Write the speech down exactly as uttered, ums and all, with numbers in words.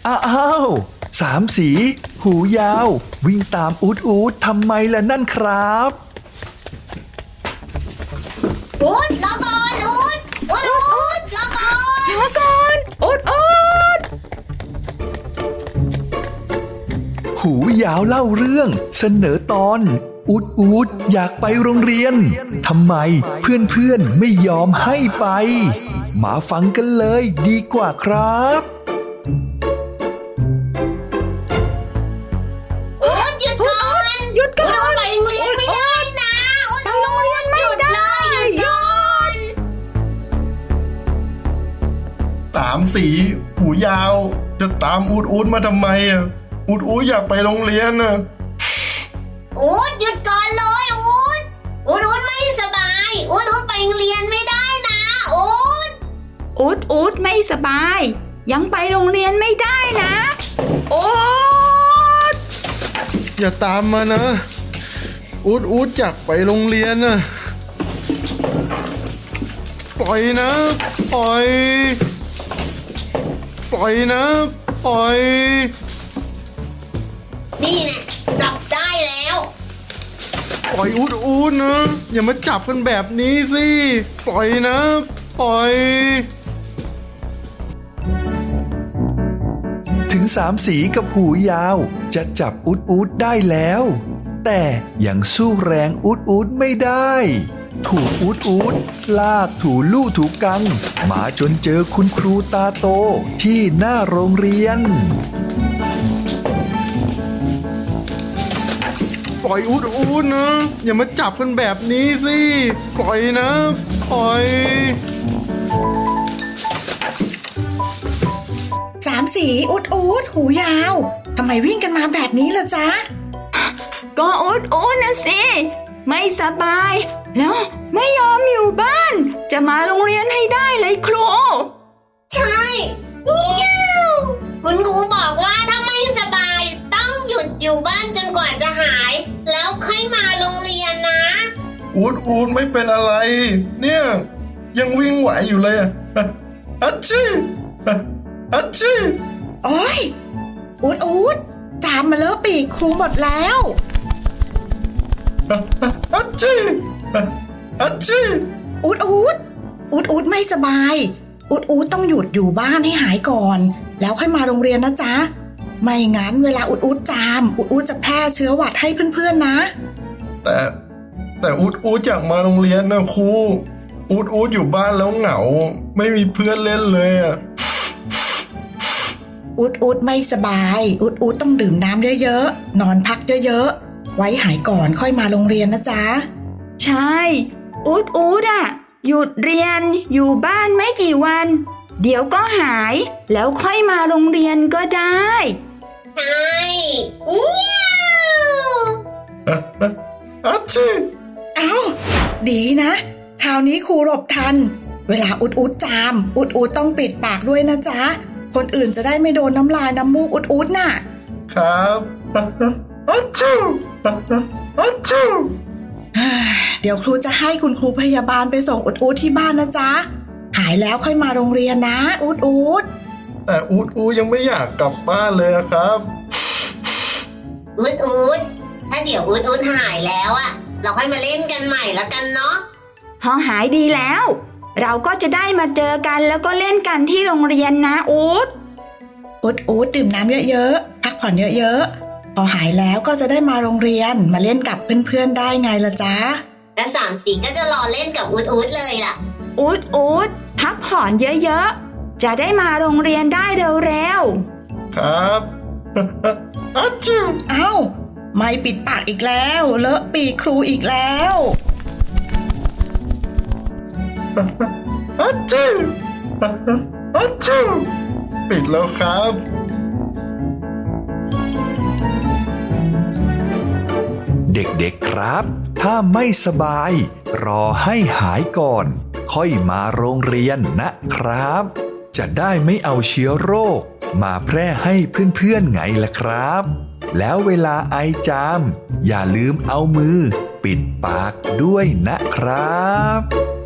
อ้าวสามสีหูยาววิ่งตามอูดอูดทำไมล่ะนั่นครับอูดรอก่อนอูดอูดอูดรอก่อนรอก่อนอูดอูดหูยาวเล่าเรื่องเสนอตอนอูดอูดอยากไปโรงเรียนทำไมเพื่อนๆไม่ยอมให้ไปมาฟังกันเลยดีกว่าครับอูดหยุดก่อนหยุดก่อนไปโรงเรียนไม่ได้นะอูดอูดหยุดเลยหยุดก่อนสามสีหูยาวจะตามอูดอูดมาทำไมอ่ะอูดอูดอยากไปโรงเรียนน่ะอูดหยุดก่อนเลยอูดอูดอูดไม่สบายอูดอูดไปโรงเรียนไม่ได้นะอูดอูดอูดไม่สบายยังไปโรงเรียนไม่ได้นะอูดอย่าตามมานะอูดอูดอยากไปโรงเรียนน่ะปล่อยนะปล่อยปล่อยนะปล่อยนี่นะจับได้แล้วปล่อยอูดอูดนะอย่ามาจับกันแบบนี้สิปล่อยนะปล่อยถึงสามสีกับหูยาวจะจับอูดอูดได้แล้วแต่ยังสู้แรงอูดอูดไม่ได้ถูกอูดอูดลากถูลู่ถูกังมาจนเจอคุณครูตาโตที่หน้าโรงเรียนปล่อยอูดอูดนะอย่ามาจับกันแบบนี้สิปล่อยนะปล่อยสามสีอูดอูดหูยาวทำไมวิ่งกันมาแบบนี้ล่ะจ๊ะก็อูดอูดนะสิไม่สบายแล้วไม่ยอมอยู่บ้านจะมาโรงเรียนให้ได้เลยครูใช่เงี้ยวคุณครูบอกว่าถ้าไม่สบายต้องหยุดอยู่บ้านจนกว่าจะหายแล้วค่อยมาโรงเรียนนะอูดอูดไม่เป็นอะไรเนี่ยยังวิ่งไหวอยู่เลยอะอัจฉิอัจฉิโอ้ยอูดอูดจามมาเลอะปีกครูหมดแล้วอัจฉิอัจฉิอูดอูดอูดอูดไม่สบายอูดอูดต้องหยุดอยู่บ้านให้หายก่อนแล้วค่อยมาโรงเรียนนะจ๊ะไม่งั้นเวลาอูดอูดจามอูดอูดจะแพร่เชื้อหวัดให้เพื่อนๆนะแต่แต่อูดอูดอยากมาโรงเรียนนะครูอูดอูดอยู่บ้านแล้วเหงาไม่มีเพื่อนเล่นเลยอ่ะอูดอูดไม่สบายอูดอูดต้องดื่มน้ำเยอะๆนอนพักเยอะๆไว้หายก่อนค่อยมาโรงเรียนนะจ๊ะใช่อูดอูดอ่ะหยุดเรียนอยู่บ้านไม่กี่วันเดี๋ยวก็หายแล้วค่อยมาโรงเรียนก็ได้ใช่เงี้ยวอัจฉิเอ้าดีนะคราวนี้ครูหลบทันเวลาอุดอุดจามอุดอุดต้องปิดปากด้วยนะจ๊ะคนอื่นจะได้ไม่โดนน้ำลายน้ำมูกอุดอุดน่ะครับอัจฉิอัจฉิเดี๋ยวครูจะให้คุณครูพยาบาลไปส่งอุดอุดที่บ้านนะจ๊ะหายแล้วค่อยมาโรงเรียนนะอูดอูดแต่อูดอูดยังไม่อยากกลับบ้านเลยครับอูดอูดถ้าเดี๋ยวอูดอูดหายแล้วอะเราค่อยมาเล่นกันใหม่แล้วกันเนาะพอหายดีแล้วเราก็จะได้มาเจอกันแล้วก็เล่นกันที่โรงเรียนนะอูดอูดอูดดื่มน้ำเยอะๆพักผ่อนเยอะๆพอหายแล้วก็จะได้มาโรงเรียนมาเล่นกับเพื่อนๆได้ไงล่ะจ๊ะและสามสีก็จะรอเล่นกับอูดอูดเลยล่ะอูดอูดพักผ่อนเยอะๆจะได้มาโรงเรียนได้เร็วๆครับอัจฉิเอ้าไม่ปิดปากอีกแล้วเลอะปีกครูอีกแล้วอัจฉิอัจฉิปิดแล้วครับเด็กๆครับถ้าไม่สบายรอให้หายก่อนค่อยมาโรงเรียนนะครับจะได้ไม่เอาเชื้อโรคมาแพร่ให้เพื่อนๆไงล่ะครับแล้วเวลาไอจามอย่าลืมเอามือปิดปากด้วยนะครับ